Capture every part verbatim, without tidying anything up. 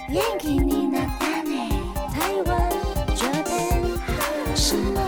元気になったね台湾这边什么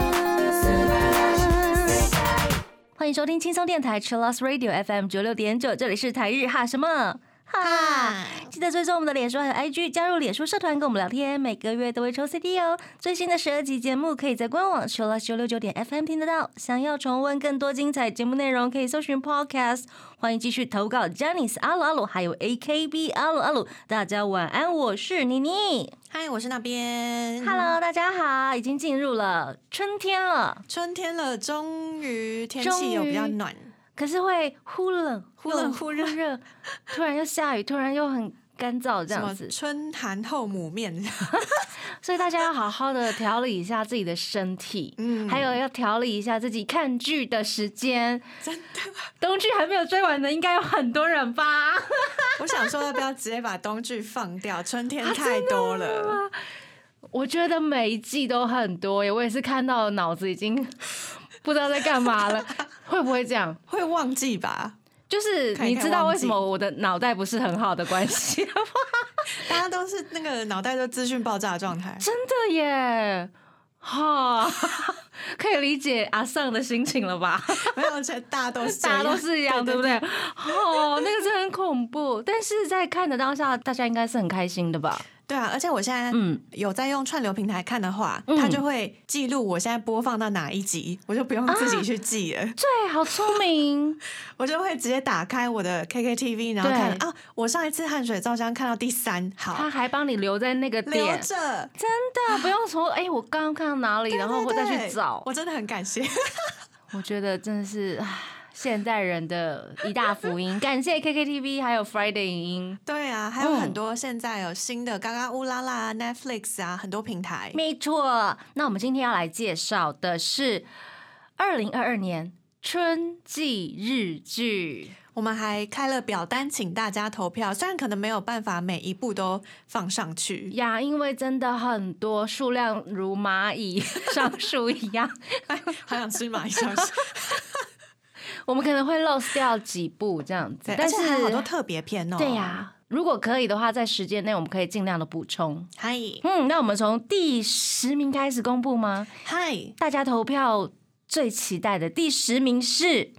欢迎收听轻松电台 Chillus Radio F M 九六点九，这里是台日哈什么哈，记得追踪我们的脸书还有 I G， 加入脸书社团跟我们聊天，每个月都会抽 C D 哦。最新的十二集节目可以在官网 Chillus 九六九点 F M 听得到。想要重温更多精彩节目内容，可以搜寻 Podcast。欢迎继续投稿 Janice 阿鲁阿鲁，还有 A K B 阿鲁阿鲁。大家晚安，我是妮妮。 嗨，我是那边。 Hello， 大家好，已经进入了春天了， 春天了，终于天气有比较暖。 可是会忽冷忽冷忽热， 热突然又下雨，突然又很干燥，这样子。 春寒后母面， 所以大家要好好的调理一下自己的身体，嗯，还有要调理一下自己看剧的时间。 真的， 冬剧还没有追完的，应该有很多人吧？ 我想说，要不要直接把冬剧放掉？春天太多了。 啊、我觉得每一季都很多耶，我也是看到脑子已经不知道在干嘛了。会不会这样？ 会忘记吧？ 就是你知道为什么我的脑袋不是很好的关系吗？ 大家都是那个脑袋都资讯爆炸的状态。 真的耶，哈，可以理解阿尚的心情了吧？ 没有，我觉得大家都是大家都是一样，对不对？哦，那个真的很恐怖，但是在看的当下，大家应该是很开心的吧？ 对啊，而且我现在有在用串流平台看的话，嗯、它就会记录我现在播放到哪一集，我就不用自己去记了。 对，好聪明！ 我就会直接打开我的 K K T V， 然后看啊，我上一次汗水照相看到第三，好， 他还帮你留在那个点， 留着， 真的不用说，哎、欸，我刚刚看到哪里，对对对，然后我再去找。 我真的很感谢， 我觉得真的是。现代人的一大福音，感谢 K K T V 还有 Friday 影音。 对啊，还有很多现在有新的嘎嘎乌拉拉 Netflix 啊，很多平台。 没错，那我们今天要来介绍的是二零二二年春季日剧。 我们还开了表单，请大家投票。虽然可能没有办法每一部都放上去呀，因为真的很多，数量如蚂蚁上树一样， 好想吃蚂蚁上树。 我们可能会 lose 掉几部这样子， 但是还有好多特别篇哦。 对呀、啊，如果可以的话，在时间内我们可以尽量的补充。 嗨， 嗯，那我们从第十名开始公布吗？ 嗨， 大家投票最期待的第十名是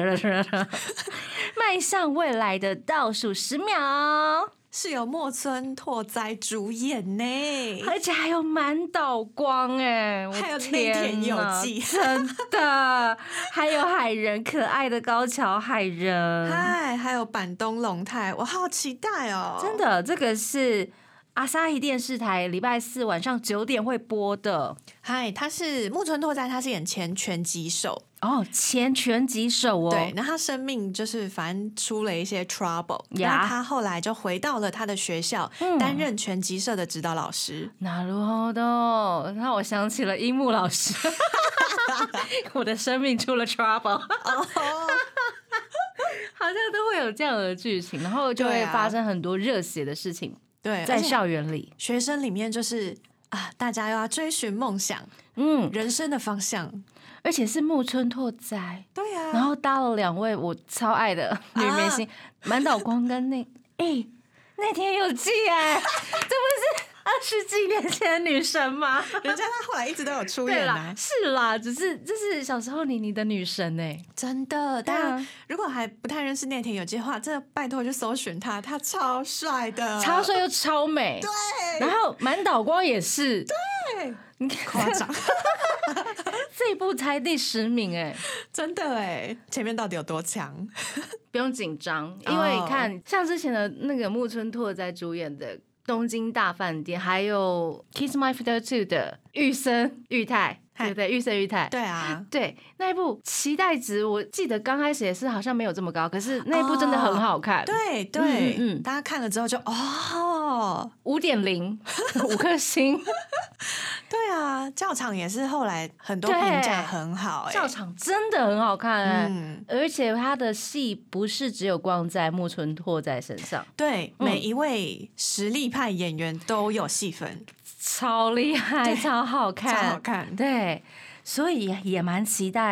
迈向未来的倒数十秒。 是由木村拓哉主演呢， 而且还有满岛光哎， 还有内田有纪， 真的，还有海人，可爱的高桥海人， 嗨，还有坂东龙太，我好期待哦！ 真的，这个是阿萨希电视台礼拜四晚上九点会播的。 嗨，他是木村拓哉，他是演前拳击手。 哦，前拳击手哦， 对，那他生命就是反正出了一些 trouble， 那他后来就回到了他的学校，嗯、担任拳击社的指导老师。 なるほど，让我想起了樱木老师，我的生命出了 trouble， 好像都会有这样的剧情，然后就会发生很多热血的事情。 对， 在校园里， 学生里面就是啊，大家又要追寻梦想，嗯，人生的方向。 而且是木村拓哉， 对呀、啊， 然后搭了两位我超爱的女明星，满岛光跟那哎、欸、内田有纪哎，这不是二十几年前的女神吗？ 人家她后来一直都有出演啊， 是啦，只是这是小时候你你的女神哎、欸， 真的。大家如果还不太认识内田有纪的话，真的拜托去搜寻他，他超帅的， 超帅又超美， 对。 然后满岛光也是， 对，你夸张。 这一部才第十名哎、欸， 真的哎，前面到底有多强？ 不用紧张，因为看、oh. 像之前的那个木村拓哉主演的《东京大饭店》，还有《Kiss My Future Two》的玉生裕太。对不对？玉生裕太， 对啊， 对那一部期待值，我记得刚开始也是好像没有这么高，可是那一部真的很好看。 哦、对对，嗯嗯，大家看了之后就哦， 五点零，五颗星。 对啊，教场也是后来很多评价很好、欸， 教场真的很好看哎、欸嗯，而且他的戏不是只有光在木村拓哉身上， 对、嗯，每一位实力派演员都有戏份。 超厉害，超好看， 超好看， 对，所以也蛮期待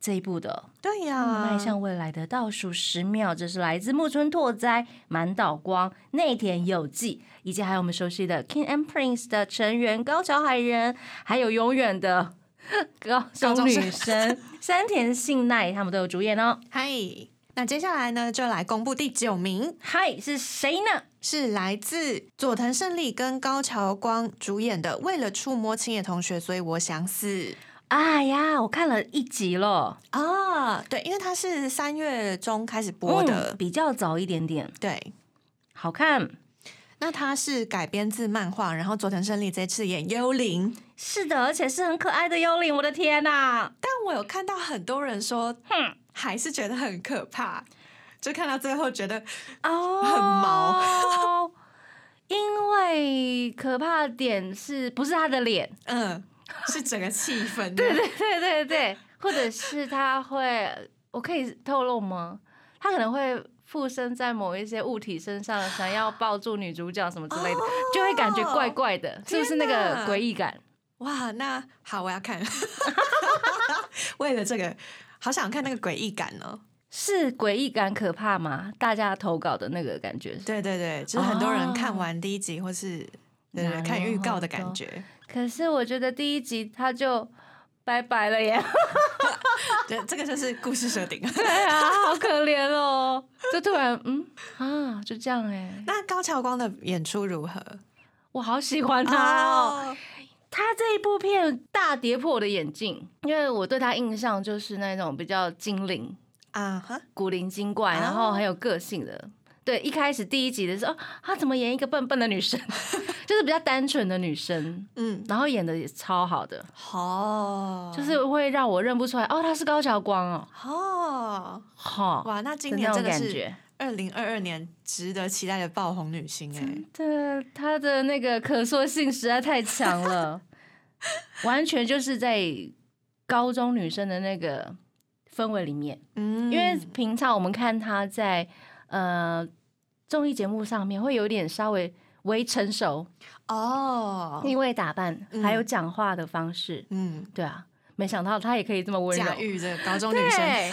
这一部的。 对呀、啊， 迈向未来的倒数十秒，这是来自木村拓哉、满岛光、内田有纪，以及还有我们熟悉的 King and Prince 的成员高桥海人，还有永远的高中女生山田杏奈，他们都有主演哦。 嗨，那接下来呢，就来公布第九名。 嗨，是谁呢？ 是来自佐藤胜利跟高桥光主演的《为了触摸青野同学，所以我想死》。 哎呀，我看了一集了啊，对，因为它是三月中开始播的， 嗯、比较早一点点。 对， 好看。 那它是改编自漫画，然后佐藤胜利这次演幽灵。 是的，而且是很可爱的幽灵，我的天哪！ 但我有看到很多人说，哼，还是觉得很可怕，就看到最后觉得哦很毛， oh, 因为可怕的点是不是他的脸？ 嗯。是整个气氛， 对对对对对，或者是他会，我可以透露吗？他可能会附身在某一些物体身上，想要抱住女主角什么之类的，哦、就会感觉怪怪的，是不是那个诡异感？ 哇，那好，我要看。为了这个，好想看那个诡异感哦。 是诡异感可怕吗？大家投稿的那个感觉？ 对对对，就是很多人看完第一集、哦、或是对对看预告的感觉。 可是我觉得第一集他就拜拜了耶。 对，这个就是故事设定。 对啊，好可怜哦，就突然嗯啊，就这样哎。 那高桥光的演出如何？ 我好喜欢他哦。Oh. 他这一部片大跌破我的眼镜，因为我对他印象就是那种比较精灵啊， uh-huh. 古灵精怪，然后很有个性的。Uh-huh. 对，一开始第一集的时候，她怎么演一个笨笨的女生，就是比较单纯的女生，嗯，然后演的也超好的，哦，就是会让我认不出来，哦，她是高桥光哦，哦， 好，哇，那今年真的是二零二二年值得期待的爆红女星哎， 对，她的那个可塑性实在太强了，完全就是在高中女生的那个氛围里面，嗯，因为平常我们看她在呃，综艺节目上面会有点稍微微成熟哦，因为打扮、嗯、还有讲话的方式，嗯，对啊，没想到她也可以这么温柔， 驾驭这个高中女生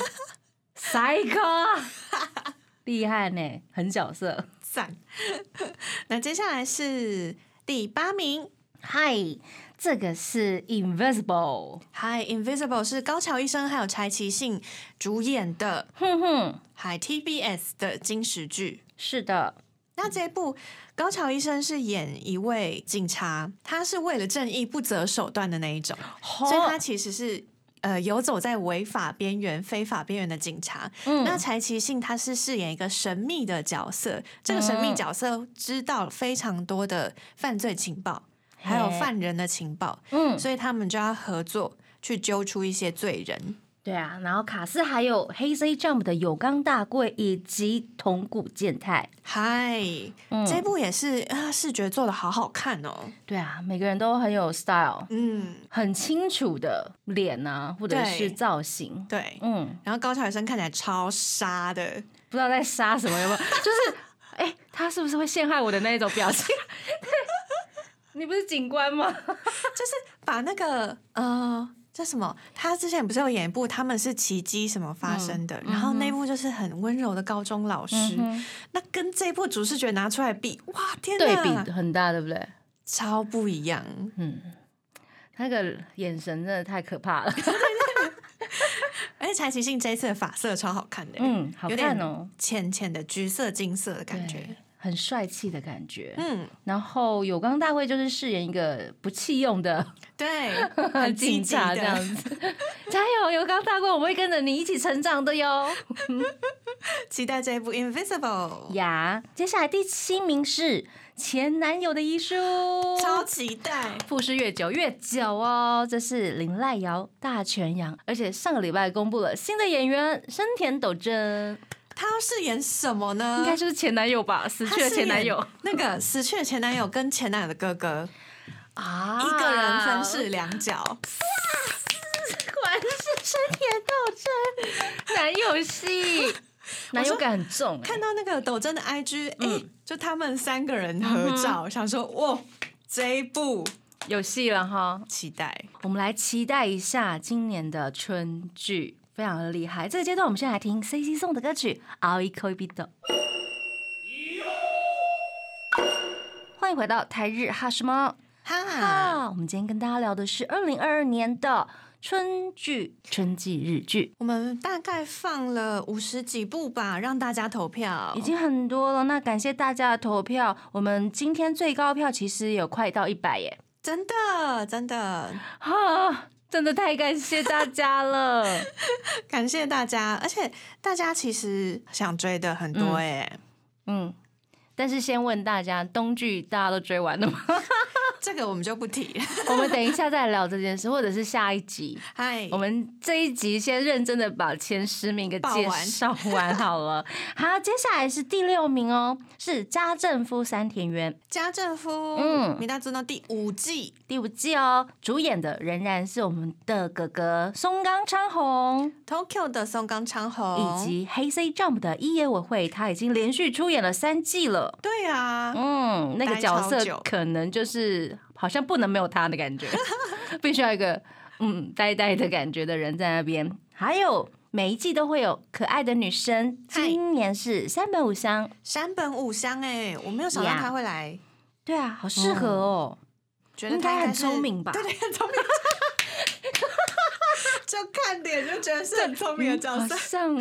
，psycho， 厉害呢，很角色， 赞。那接下来是第八名， 嗨。这个是 Invisible， 嗨 Invisible 是高桥医生还有柴崎幸主演的，哼哼，嗨 T B S 的金石剧。 是的， 那这一部高桥医生是演一位警察，他是为了正义不择手段的那一种，哦、所以他其实是呃游走在违法边缘、非法边缘的警察。嗯、那柴崎幸他是饰演一个神秘的角色，这个神秘角色知道非常多的犯罪情报。还有犯人的情报，嗯，所以他们就要合作去揪出一些罪人。 对啊，然后卡斯还有黑 C Jump 的有冈大贵以及桐谷健太。 嗨、嗯，这部也是啊，视觉做的好好看哦。 对啊，每个人都很有 style， 嗯，很清楚的脸啊，或者是造型。 对，嗯，然后高桥医生看起来超杀的， 不知道在杀什么，有没有？就是哎、欸，他是不是会陷害我的那一种表情？你不是警官吗？ 就是把那个呃叫什么，他之前不是有演一部他们是奇迹什么发生的、嗯、然后那部就是很温柔的高中老师、嗯、那跟这部主视觉拿出来比，哇天哪， 对比很大，对不对？ 超不一样。 嗯，那个眼神真的太可怕了。 而且柴崎幸这一次的发色超好看的， 嗯，好看哦， 浅浅的橘色金色的感觉， 很帅气的感觉。嗯，然后有冈大贵就是饰演一个不弃用的， 对，很警察这样子。加油，有冈大贵，我们会跟着你一起成长的哟。 期待这一部 Invisible 呀。接下来第七名是前男友的遗书， 超期待， 富士越久越久哦。这是林濑遥、大泉洋，而且上个礼拜公布了新的演员生田斗真。 他要饰演什么呢？ 应该就是前男友吧，死去的前男友。 那个死去的前男友跟前男友的哥哥啊，一个人分饰两角。 果然是生田斗真，男友戏。男友感很重、欸， 看到那个斗真的 I G， 哎、嗯欸，就他们三个人合照，嗯、想说哇，这一部有戏了哈， 期待。 我们来期待一下今年的春剧。 非常的厉害。这个阶段我们先来听 C C 送的歌曲《青い恋人》。欢迎回到台日哈什么哈哈，我们今天跟大家聊的是二零二二年的春剧、春季日剧。 我们大概放了五十几部吧，让大家投票， 已经很多了。那感谢大家的投票，我们今天最高票其实有快到一百耶， 真的真的哈，真的太感谢大家了， 感谢大家，而且大家其实想追的很多哎、 嗯。嗯，但是先问大家，冬剧大家都追完了吗？ 这个我们就不提了， 我们等一下再聊这件事，或者是下一集。 嗨， 我们这一集先认真的把前十名给介绍完好了。好，接下来是第六名哦，是家政夫山田园。 家政夫， 嗯， 米大知道第五季， 第五季哦，主演的仍然是我们的哥哥松冈昌宏 ，Tokyo 的松冈昌宏， 以及黑 C Jump 的伊野尾惠，他已经连续出演了三季了。 对啊， 嗯，那个角色可能就是好像不能没有他的感觉，必须要一个嗯呆呆的感觉的人在那边。还有每一季都会有可爱的女生，今年是山本五香。 山本五香哎，我没有想到他会来。 对啊，好适合哦，嗯、 觉得应该很聪明吧？ 对对，很聪明。就看脸就觉得是很聪明的角色， 好像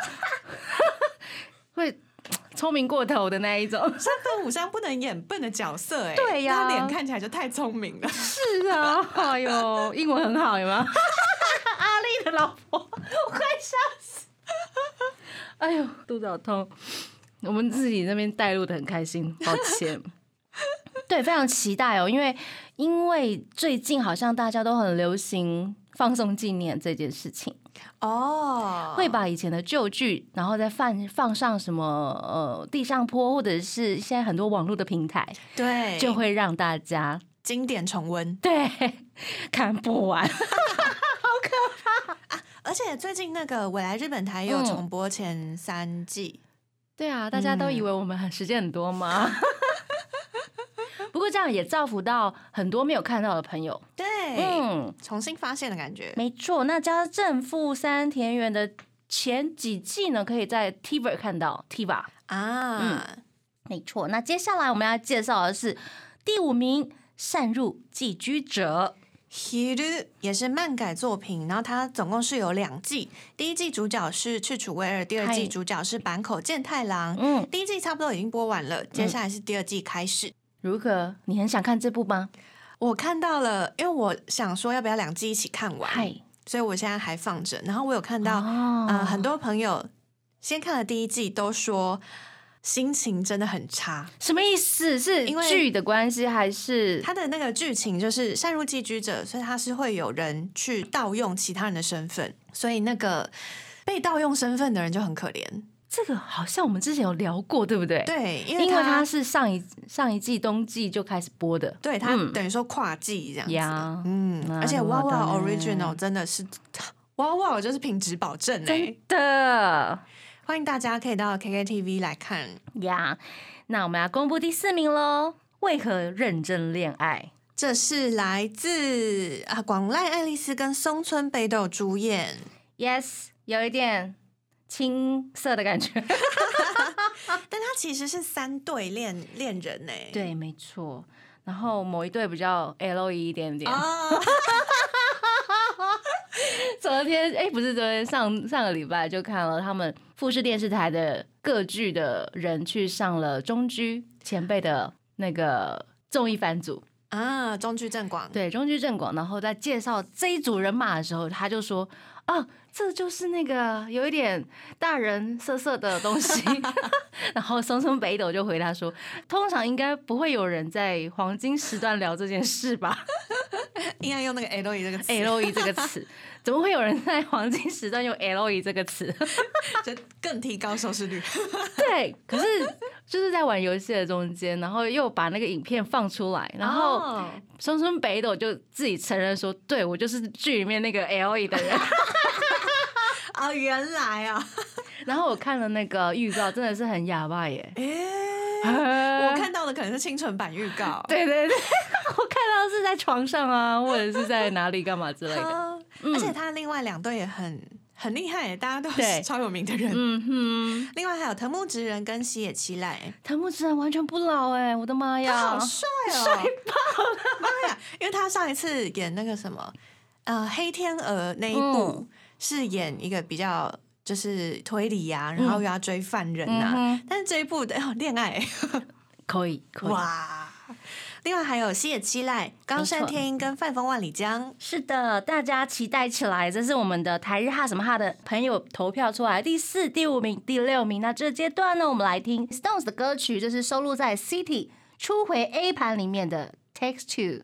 会聪明过头的那一种。 山本五香不能演笨的角色哎， 对呀、啊， 他脸看起来就太聪明了。 是啊，哎呦，英文很好，有吗？阿丽的老婆，我快笑死！哎呦，肚子好痛。我们自己那边带路的很开心，抱歉。对，非常期待哦，因为因为最近好像大家都很流行放送纪念这件事情哦， 会把以前的旧剧，然后再放放上什么呃地上波，或者是现在很多网络的平台， 对， 就会让大家经典重温， 对，看不完，好可怕啊！而且最近那个未来日本台也有重播前三季， 嗯、对啊，大家都以为我们很时间很多吗？不过这样也造福到很多没有看到的朋友， 对， 嗯， 重新发现的感觉， 没错。那家政夫山田园的前几季呢，可以在 T V R 看到 T V R 啊， 嗯，没错。那接下来我们要介绍的是第五名，擅入寄居者。 Hiru 也是漫改作品，然后它总共是有两季，第一季主角是赤楚威二，第二季主角是坂口健太郎。嗯，第一季差不多已经播完了，接下来是第二季开始。嗯、 如何？你很想看这部吗？ 我看到了，因为我想说要不要两季一起看完，所以我现在还放着。然后我有看到，哦呃、很多朋友先看了第一季都说心情真的很差。 什么意思？是因为剧的关系，还是他的那个剧情就是擅入寄居者，所以他是会有人去盗用其他人的身份，所以那个被盗用身份的人就很可怜。 这个好像我们之前有聊过，对不对？ 对， 因为它是上一上一季冬季就开始播的， 对，它等于说跨季这样子。 呀、 嗯，嗯而且哇哇 Original 真的是哇哇，就是品质保证哎、欸， 真的。 欢迎大家可以到 K K T V 来看呀。Yeah, 那我们要公布第四名喽。为何认真恋爱？ 这是来自啊广濑爱丽丝跟松村北斗主演。 Yes， 有一点青涩的感觉， 但他其实是三对恋恋人呢。 对，没错。然后某一对比较 L E 一点点。Oh. 昨天哎、欸，不是昨天上上个礼拜就看了他们富士电视台的各剧的人去上了中居前辈的那个综艺番组啊，中居正广， 对，中居正广，然后在介绍这一组人马的时候，他就说啊，这就是那个有一点大人色色的东西。然后松村北斗就回答说，通常应该不会有人在黄金时段聊这件事吧。 应该用那个 L E 这个词 ，L E 这个词，怎么会有人在黄金时段用 L E 这个词？ 就更提高收视率。 对，可是就是在玩游戏的中间，然后又把那个影片放出来，然后松村北斗就自己承认说，对，我就是剧里面那个 L E 的人。 啊、哦，原来啊！ 然后我看了那个预告，真的是很哑巴耶。 欸、我看到的可能是清纯版预告。 对对对，我看到是在床上啊，或者是在哪里干嘛之类的。 嗯、而且他另外两对也很很厉害，大家都对是超有名的人。 嗯哼， 另外还有藤木直人跟西野七濑， 藤木直人完全不老哎、我的妈呀， 他好帅哦，帅爆了！妈呀，因为他上一次演那个什么呃黑天鹅那一部、嗯、是演一个比较就是推理啊，然后又要追犯人啊，嗯、但是这一部的恋、哦、爱可以可以哇。另外还有西野七濑、冈山天音跟范风万里江。 是的，大家期待起来，这是我们的台日哈什么哈的朋友投票出来第四、第五名、第六名。那这阶段呢，我们来听 Stones 的歌曲，这是收录在 City 初回 A 盘里面的 Takes Two。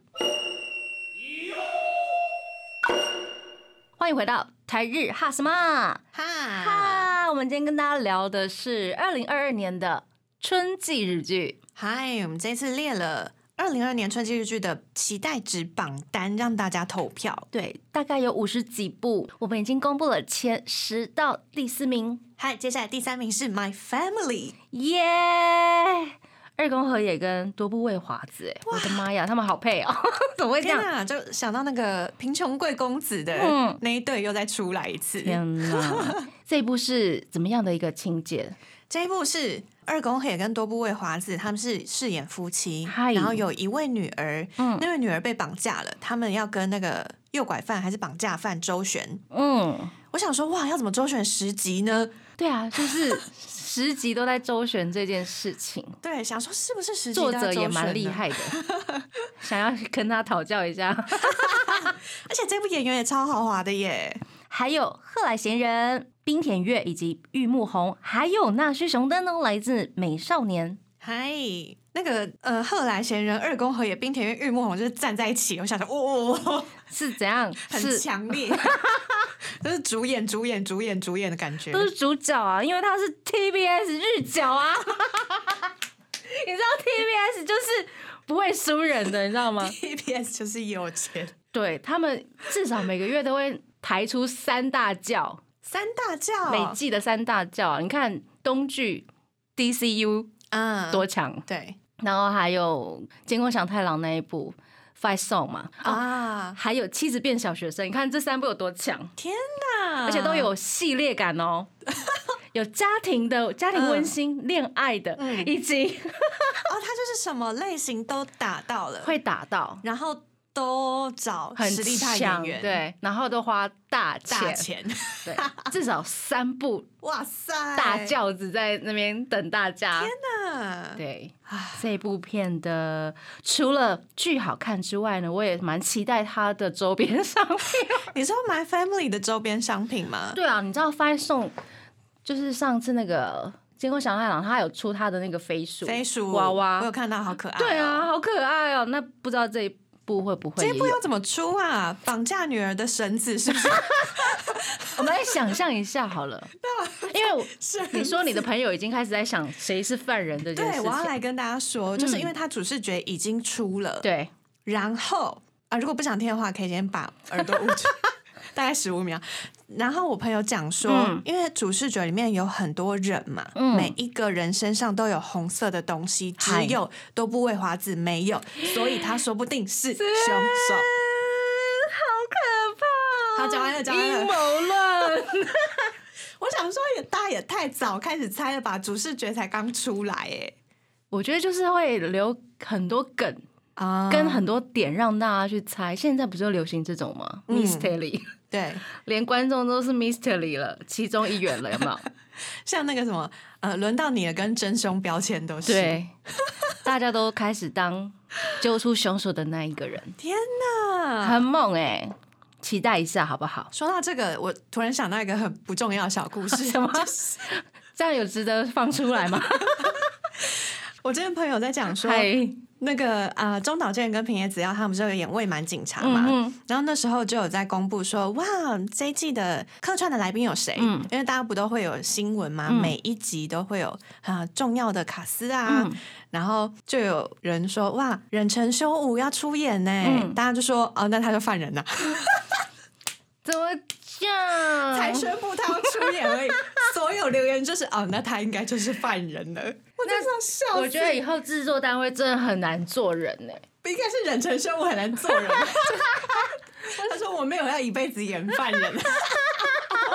欢迎回到台日哈什么哈哈，我们今天跟大家聊的是二零二二年的春季日剧。 嗨，我们这次列了二零二二年春季日剧的期待值榜单，让大家投票。 对，大概有五十几部，我们已经公布了前十到第四名。 嗨，接下来第三名是 My Family， 耶、yeah! 二宫和也跟多部未华子，哎，我的妈呀，他们好配哦！怎么会这样？ 天哪，就想到那个贫穷贵公子的那一对又再出来一次。 天哪，这一部是怎么样的一个情节？ 这一部是二宫和也跟多部未华子，他们是饰演夫妻，然后有一位女儿，嗯、那位女儿被绑架了，他们要跟那个诱拐犯还是绑架犯周旋。嗯，我想说，哇，要怎么周旋十集呢？ 对啊，就是十集都在周旋这件事情。 对，想说是不是十集作者也蛮厉害的，想要跟他讨教一下。 而且这部演员也超豪华的耶。 还有贺来贤人、滨田月以及玉木宏，还有那须雄登哦，来自美少年。 嗨，那个呃，贺来贤人、二宫和也、滨田月、玉木宏就是站在一起，我想说，哦，哦是怎样？ 很强烈，都是主演、主演、主演、主演的感觉， 都是主角啊，因为他是 T B S 日角啊。你知道 T B S 就是不会输人的，你知道吗 ？T B S 就是有钱， 对他们至少每个月都会抬出三大教， 三大教， 每季的三大教。你看东剧 D C U 啊，多强， 对。 然后还有监工祥太郎那一部 Fight Song 嘛，啊，还有妻子变小学生。你看这三部有多强！ 天哪， 而且都有系列感哦。有家庭的家庭温馨、恋、嗯、爱的，嗯、以及哦，他就是什么类型都打到了， 会打到， 然后都找实力派演员， 对，然后都花大钱， 大钱， 对，至少三部， 哇塞， 大轿子在那边等大家， 天哪！ 对，这部片的除了剧好看之外呢，我也蛮期待它的周边商品。 你说 My Family 的周边商品吗？ 对啊，你知道 Fight Song。就是上次那个监工祥太郎，他有出他的那个飞鼠飞鼠娃娃， 我有看到，好可爱、哦。 对啊，好可爱哦。那不知道这一部会不会？ 这一部要怎么出啊？绑架女儿的绳子是不是？ 我们来想象一下好了，因为你说你的朋友已经开始在想谁是犯人这件事情。 对，我要来跟大家说，就是因为他主视觉已经出了， 嗯、对， 然后啊，如果不想听的话，可以先把耳朵捂住。大概十五秒，然后我朋友讲说、嗯，因为主视觉里面有很多人嘛、嗯，每一个人身上都有红色的东西，只有多部未华子没有，所以他说不定是凶手。 好可怕、 哦！好，讲完了，讲完了。 阴谋论。 我想说也，大家也太早开始猜了吧？主视觉才刚出来，哎， 我觉得就是会留很多梗。啊、跟很多点让大家去猜，现在不就流行这种吗、嗯、？Mystery， 对， 连观众都是 Mystery 了，其中一员了，有没有？ 像那个什么，呃，轮到你了，跟真凶标签都是， 对，大家都开始当揪出凶手的那一个人。 天哪， 很猛哎、欸！期待一下好不好？ 说到这个，我突然想到一个很不重要的小故事， 什么？这样有值得放出来吗？ 我之前朋友在讲说。那个啊、呃，中岛健跟平野紫耀他们不是有演未满警察嘛、嗯？然后那时候就有在公布说，哇，这一季的客串的来宾有谁、嗯？因为大家不都会有新闻嘛、嗯，每一集都会有啊重要的卡司啊、嗯，然后就有人说，哇，忍城修武要出演呢、嗯，大家就说，哦，那他就犯人了。 怎么讲？ 才宣布他要出演而已，所有留言就是哦，那他应该就是犯人了。我真的笑死！ 我觉得以后制作单位真的很难做人呢、欸。 不应该是忍城修武很难做人。他说我没有要一辈子演犯人。 好惨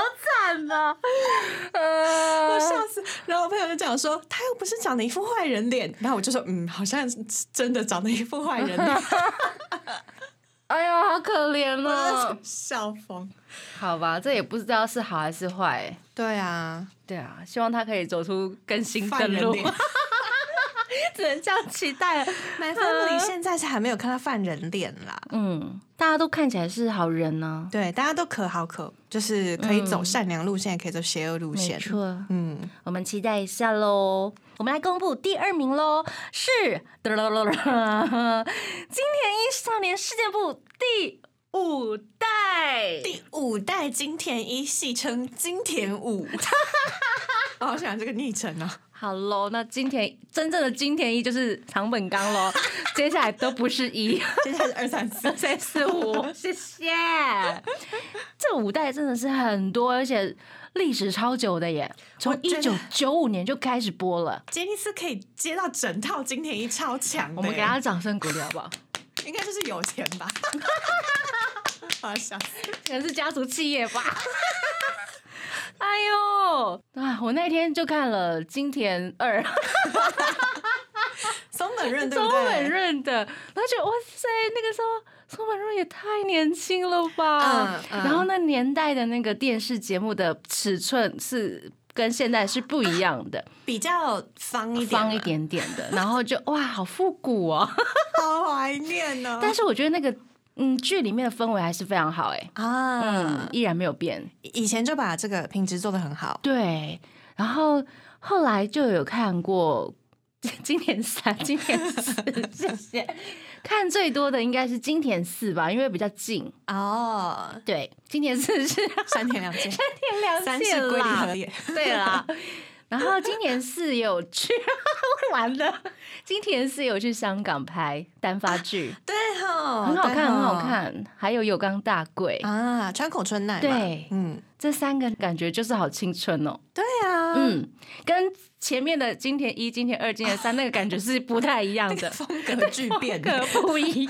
惨了， 呃、我笑死。然后我朋友就讲说，他又不是长得一副坏人脸，然后我就说，嗯，好像真的长得一副坏人脸。 哎呀，好可怜哦， 笑疯。 好吧，这也不知道是好还是坏。 对啊， 对啊，希望他可以走出更新的路。只能这样期待了。 My Family 现在是还没有看到犯人脸啦。 嗯，大家都看起来是好人呢、啊。 对，大家都可好可，就是可以走善良路线，也、嗯、可以走邪恶路线。 没错， 嗯， 我们期待一下喽。我们来公布第二名喽，是金田一少年事件簿第五代， 第五代金田一，戏称金田五。我好喜欢这个昵称哦。 好喽，那金田真正的金田一就是长本刚喽，接下来都不是一， 接下来是二三四二三四五，谢谢。这五代真的是很多，而且历史超久的耶，从一九九五年就开始播了。 杰尼斯可以接到整套金田一，超强的。 我们给他掌声鼓励好不好？ 应该就是有钱吧。好笑死， 可能是家族企业吧。哎呦啊！我那天就看了金田二， 松本润对不对？ 松本润的，然后觉得哇塞，那个时候松本润也太年轻了吧！嗯嗯、然后那年代的那个电视节目的尺寸是跟现在是不一样的， 比较方一点， 方一点点的，然后就哇，好复古哦， 好怀念哦！ 但是我觉得那个。嗯，剧里面的氛围还是非常好哎、欸、啊，嗯，依然没有变。 以前就把这个品质做得很好， 对。然后后来就有看过金田三、金田四，谢谢。看最多的应该是金田四吧，因为比较近哦。对，金田四是山田凉介， 山田凉介啦， 三是龟梨和也， 对啦。然后金田四有去完了，金田四有去香港拍单发剧， 啊、对哈， 很好看，很好看。还有有冈大贵啊，川口春奈， 对，嗯，这三个感觉就是好青春哦。 对啊， 嗯，跟前面的金田一、金田二、金田三那个感觉是不太一样的， 风格巨变， 风格不一样。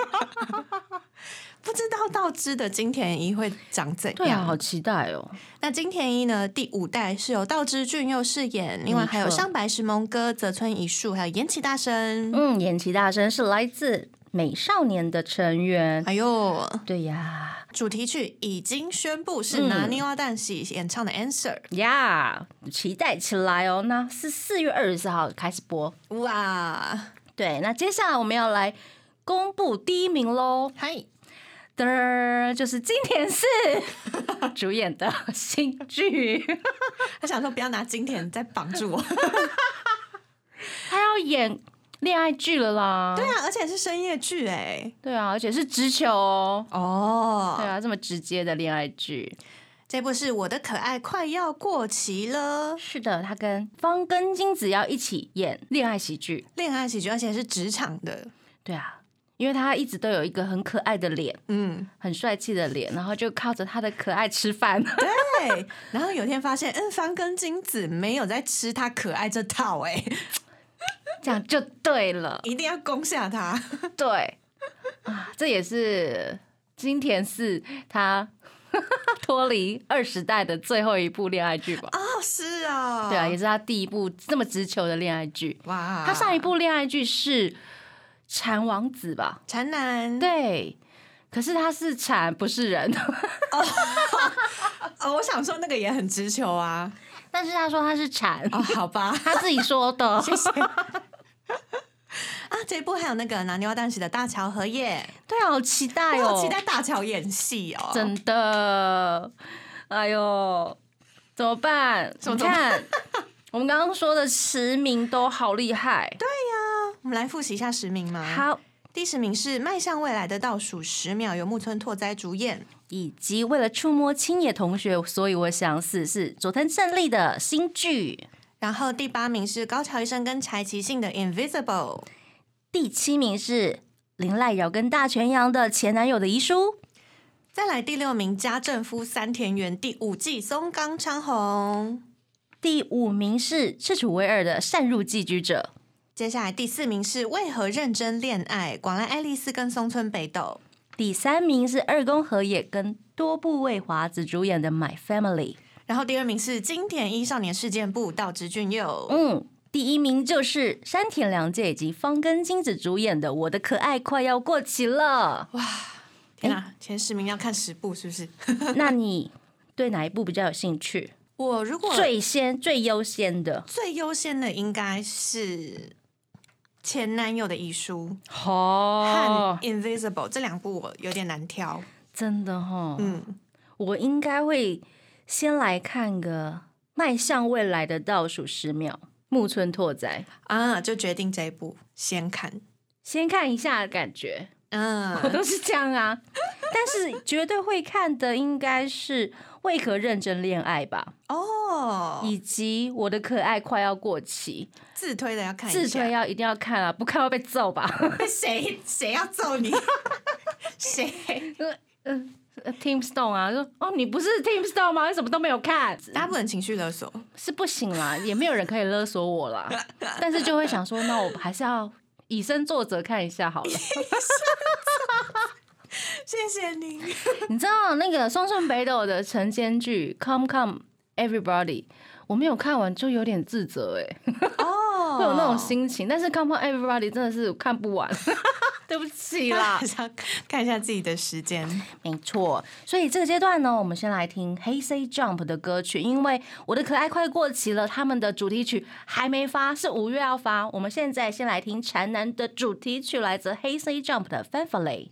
不知道道之的金田一会长怎样？ 对啊，好期待哦。 那金田一呢？第五代是由道之俊佑饰演，另外还有上白石萌歌、泽村一树，还有岩崎大生。 嗯，岩崎大生是来自美少年的成员。 哎呦， 对呀， 主题曲已经宣布是拿捏瓦旦喜演唱的 Answer 呀、嗯，期待起来哦。那是四月二十四号开始播。 哇， 对，那接下来我们要来公布第一名喽。 嗨。 的就是金田四主演的新剧， 他想说不要拿金田再绑住我， 他要演恋爱剧了啦。 对啊，而且是深夜剧哎。 对啊，而且是直球哦。 哦， 对啊，这么直接的恋爱剧。 这部是我的可爱快要过期了。 是的，他跟方根金子要一起演恋爱喜剧， 恋爱喜剧，而且是职场的。 对啊。因为他一直都有一个很可爱的脸，嗯，很帅气的脸，然后就靠着他的可爱吃饭。 对，然后有一天发现，嗯，方根金子没有在吃他可爱这套、欸，哎， 这样就对了， 一定要攻下他。 对，啊，这也是金田四他脱离二十代的最后一部恋爱剧吧？ 哦，是啊， 对啊，也是他第一部这么直球的恋爱剧。 哇， 他上一部恋爱剧是。蝉王子吧， 蝉男对，可是他是蝉不是人哦, 哦，我想说那个也很直球啊， 但是他说他是蝉哦，好吧， 他自己说的， 谢谢。啊，这一部还有那个拿捏瓦旦喜的大桥和也， 对啊，好期待哦， 我好期待大桥演戏哦， 真的，哎呦，怎么办？你看，我们刚刚说的十名都好厉害， 对呀。我们来复习一下十名嘛。 好， 第十名是《迈向未来的倒数十秒》，由木村拓哉主演， 以及为了触摸青野同学，所以我想死是佐藤胜利的新剧。 然后第八名是高桥一生跟柴崎幸的《Invisible》。 第七名是林濑遥跟大泉洋的前男友的遗书。 再来第六名家政夫三田园第五季松冈昌宏。 第五名是赤楚卫二的擅入寄居者。 接下来第四名是为何认真恋爱广濑爱丽丝跟松村北斗。 第三名是二宫和也跟多部未华子主演的 My Family。 然后第二名是经典一少年事件簿道之俊佑， 嗯，第一名就是山田凉介以及方根金子主演的《我的可爱快要过期了》。 哇，天哪，前十名要看十部是不是？ 那你对哪一部比较有兴趣？ 我如果最先最优先的， 最优先的应该是前男友的遗书哦和 Invisible 这两部，我有点难挑。 真的哈， 嗯， 我应该会先来看个迈向未来的倒数十秒，木村拓哉啊，就决定这一部先看， 先看一下的感觉。 嗯， 我都是这样啊，但是绝对会看的应该是为何认真恋爱吧， 哦， 以及我的可爱快要过期， 自推的要看一下， 自推要一定要看啊，不看会被揍吧？ 谁谁要揍你？谁？ 嗯、呃、，Team Stone 啊，说哦，你不是 Team Stone 吗？你什么都没有看， 大家不能情绪勒索， 是不行啦，也没有人可以勒索我啦，但是就会想说，那我还是要以身作则看一下好了。 谢谢你。 你知道那个松顺北斗的晨间剧《Come Come Everybody》，我没有看完就有点自责哎，哦，会有那种心情。但是《Come Come Everybody》真的是看不完，对不起啦。 想看一下自己的时间， 没错。所以这个阶段呢，我们先来听 Hey Say Jump 的歌曲，因为我的可爱快过期了，他们的主题曲还没发，是五月要发。我们现在先来听缠男的主题曲，来自 Hey Say Jump 的 Fanfare。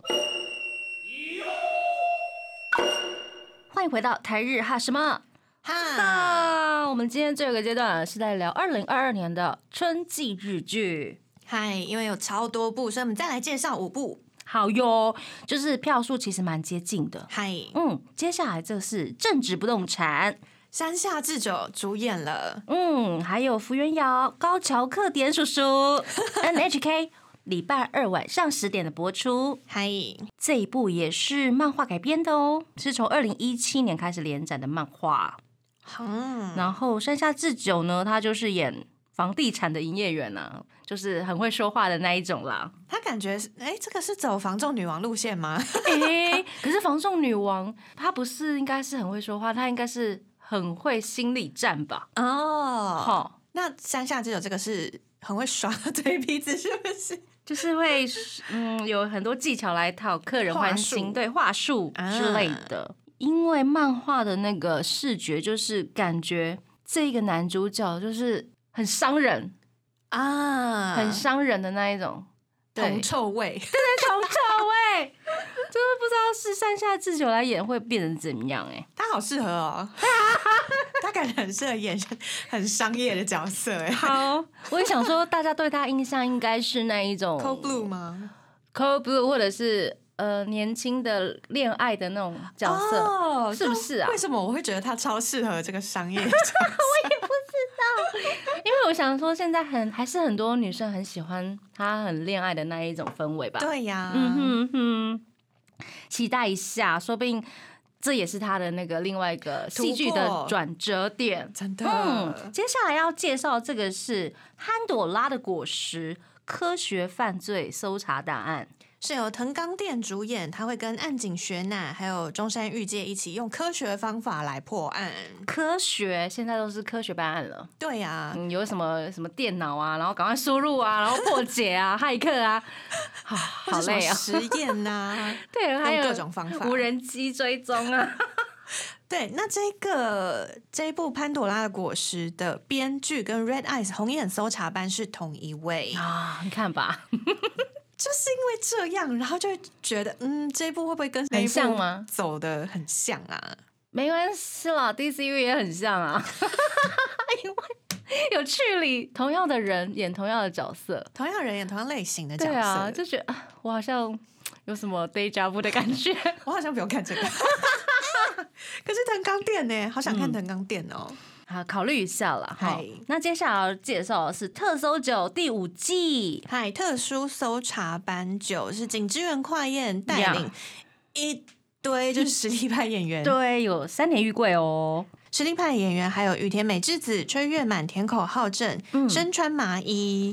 欢迎回到台日哈什么哈？我们今天这个阶段是在聊二零二二年的春季日剧。 嗨，因为有超多部，所以我们再来介绍五部。 好哟，就是票数其实蛮接近的。 嗨， 嗯，接下来这是正直不动产， 山下智久主演了。 嗯，还有福原遥、高桥克典叔叔 ，N H K。礼拜二晚上十点的播出。 嗨， 这一部也是漫画改编的哦，是从二零一七年开始连载的漫画。嗯，然后山下智久呢，他就是演房地产的营业员啊，就是很会说话的那一种啦。 他感觉哎、欸，这个是走房仲女王路线吗？ 哎、欸，可是房仲女王她不是应该是很会说话，她应该是很会心理战吧？ 哦，好，那山下智久这个是很会耍嘴皮子，是不是？ 就是会嗯有很多技巧来讨客人欢心，对话术之类的。啊、因为漫画的那个视觉，就是感觉这个男主角就是很伤人啊，很伤人的那一种铜臭味， 对对，铜臭味，就是不知道是山下智久来演会变成怎么样哎、欸， 他好适合哦。他感觉很适合演很商业的角色哎。 好，我也想说，大家对他印象应该是那一种 Cold Blue 吗 ？Cold Blue 或者是呃年轻的恋爱的那种角色，哦、是不是啊？ 为什么我会觉得他超适合这个商业的角色？ 我也不知道，因为我想说，现在很还是很多女生很喜欢他很恋爱的那一种氛围吧。 对呀、啊， 嗯哼哼，期待一下，说不定。这也是他的那个另外一个戏剧的转折点， 真的。 嗯，接下来要介绍这个是潘朵拉的果实科学犯罪搜查档案， 是由藤冈靛主演，他会跟岸井雪乃还有中山裕介一起用科学方法来破案。 科学现在都是科学办案了， 对呀、啊嗯，有什么什么电脑啊，然后赶快输入啊，然后破解啊，骇客啊，啊好累啊， 实验呐、啊， 对，还有各种方法， 无人机追踪啊。 对，那这个这一部《潘朵拉的果实》的编剧跟 Red Eyes 红眼搜查班是同一位啊，你看吧。 就是因为这样，然后就觉得，嗯，这一部会不会跟那一部很像吗？ 走的很像啊？ 没关系啦 ，D C U 也很像啊，因为有趣里同样的人演同样的角色， 同样人演同样类型的角色， 对啊，就觉得啊，我好像有什么 deja vu 的感觉， 我好像不用看这个。可是藤冈靛呢，好想看藤冈靛哦。嗯好，考虑一下啦。好，那接下来要介绍的是《特搜九》第五季。 嗨，特殊搜查班九是井之原快彦带领一堆就是实力派演员， 对，有三田裕贵哦。 实力派演员还有羽田美智子、吹月满、田口浩正、嗯、深川麻衣，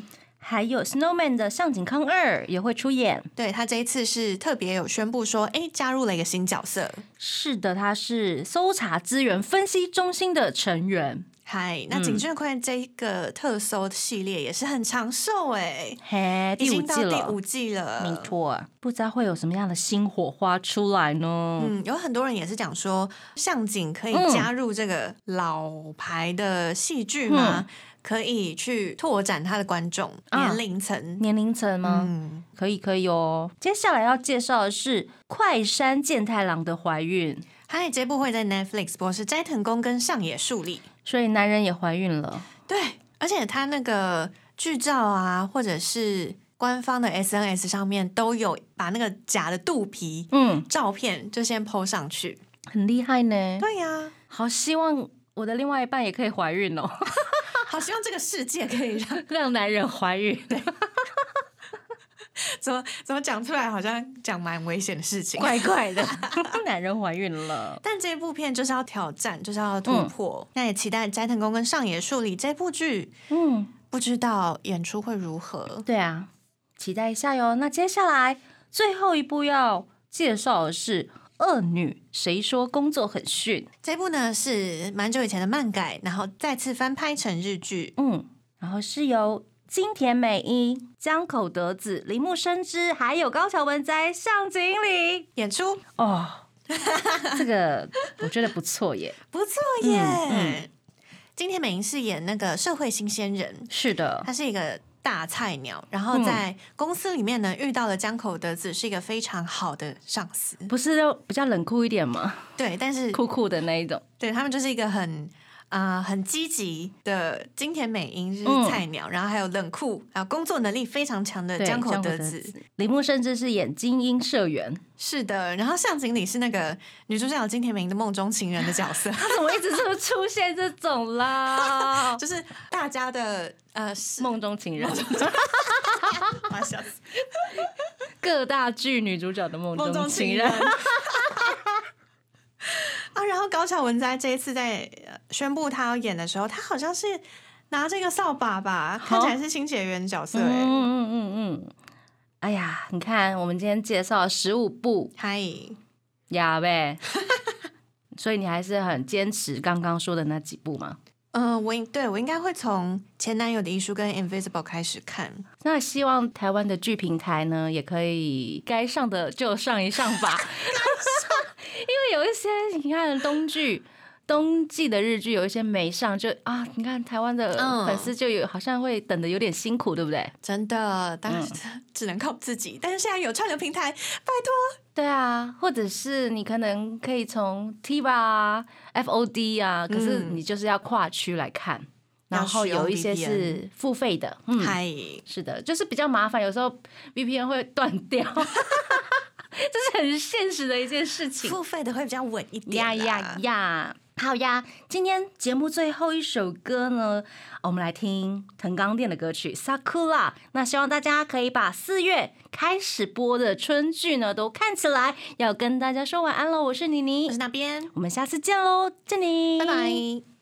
还有 Snowman 的上井康二也会出演。 对，他这一次是特别有宣布说，哎，加入了一个新角色。 是的，他是搜查资源分析中心的成员。 嗨，那井俊快这个特搜系列也是很长寿哎， 嘿，第五季了， 已经到第五季了， 没错。不知道会有什么样的新火花出来呢？ 嗯，有很多人也是讲说，向井可以加入这个老牌的戏剧吗？嗯，可以去拓展他的观众年龄层，啊， 年龄层吗？嗯，可以，可以哦。接下来要介绍的是快山健太郎的怀孕。 嗨，这部会在 Netflix 播，是斋藤工跟上野树里， 所以男人也怀孕了。 对，而且他那个剧照啊，或者是官方的 S N S 上面都有把那个假的肚皮嗯照片就先 po 上去， 很厉害呢。 对呀，啊， 好希望我的另外一半也可以怀孕哦。 好希望这个世界可以让让男人怀孕。对。 怎么怎么讲出来好像讲蛮危险的事情， 怪怪的。男人怀孕了， 但这部片就是要挑战，就是要突破。嗯，那也期待斋藤工跟上野树里这部剧，嗯，不知道演出会如何。 对啊，期待一下哟。那接下来最后一部要介绍的是《恶女谁说工作很逊》。 这部呢是蛮久以前的漫改，然后再次翻拍成日剧。 嗯，然后是由金田美一、江口德子、铃木伸之，还有高桥文哉、上井里演出哦。这个我觉得不错耶， 不错耶。嗯嗯，金田美一是演那个社会新鲜人， 是的， 他是一个大菜鸟，然后在公司里面呢，嗯，遇到了江口德子，是一个非常好的上司。 不是都比较冷酷一点吗？ 对，但是酷酷的那一种。 对，他们就是一个很啊、呃，很积极的金田美音就是菜鸟，嗯，然后还有冷酷，还有工作能力非常强的江口德子。 铃木甚至是演精英社员。 是的，然后向井理是那个女主角金田美音的梦中情人的角色。 他怎么一直是出现这种啦？ 就是大家的呃梦中情人。各大剧女主角的梦中情人。 啊，然后高桥文哉这一次在宣布他要演的时候，他好像是拿这个扫把吧，看起来是清洁员角色哎。嗯嗯嗯嗯。哎呀，你看我们今天介绍十五部， 嗨呀呗。所以你还是很坚持刚刚说的那几部吗？ 嗯、呃，我对我应该会从前男友的遗书跟 Invisible 开始看。 那希望台湾的剧平台呢，也可以该上的就上一上吧。因为有一些你看冬剧冬季的日剧有一些没上，就啊，你看台湾的粉丝就有、嗯、好像会等得有点辛苦，对不对？ 真的，当然只能靠自己。嗯、但是现在有串流平台，拜托。 对啊，或者是你可能可以从 T V A、F O D 啊，可是你就是要跨区来看。嗯，然后有一些是付费的， 嗯，嗨， 是的，就是比较麻烦，有时候 V P N 会断掉。这是很现实的一件事情， 付费的会比较稳一点啦。 呀呀呀！好呀，今天节目最后一首歌呢，我们来听藤冈靛的歌曲《Sakura》。那希望大家可以把四月开始播的春剧呢都看起来。要跟大家说晚安喽，我是妮妮， 我是那边， 我们下次见喽，见你， 拜拜。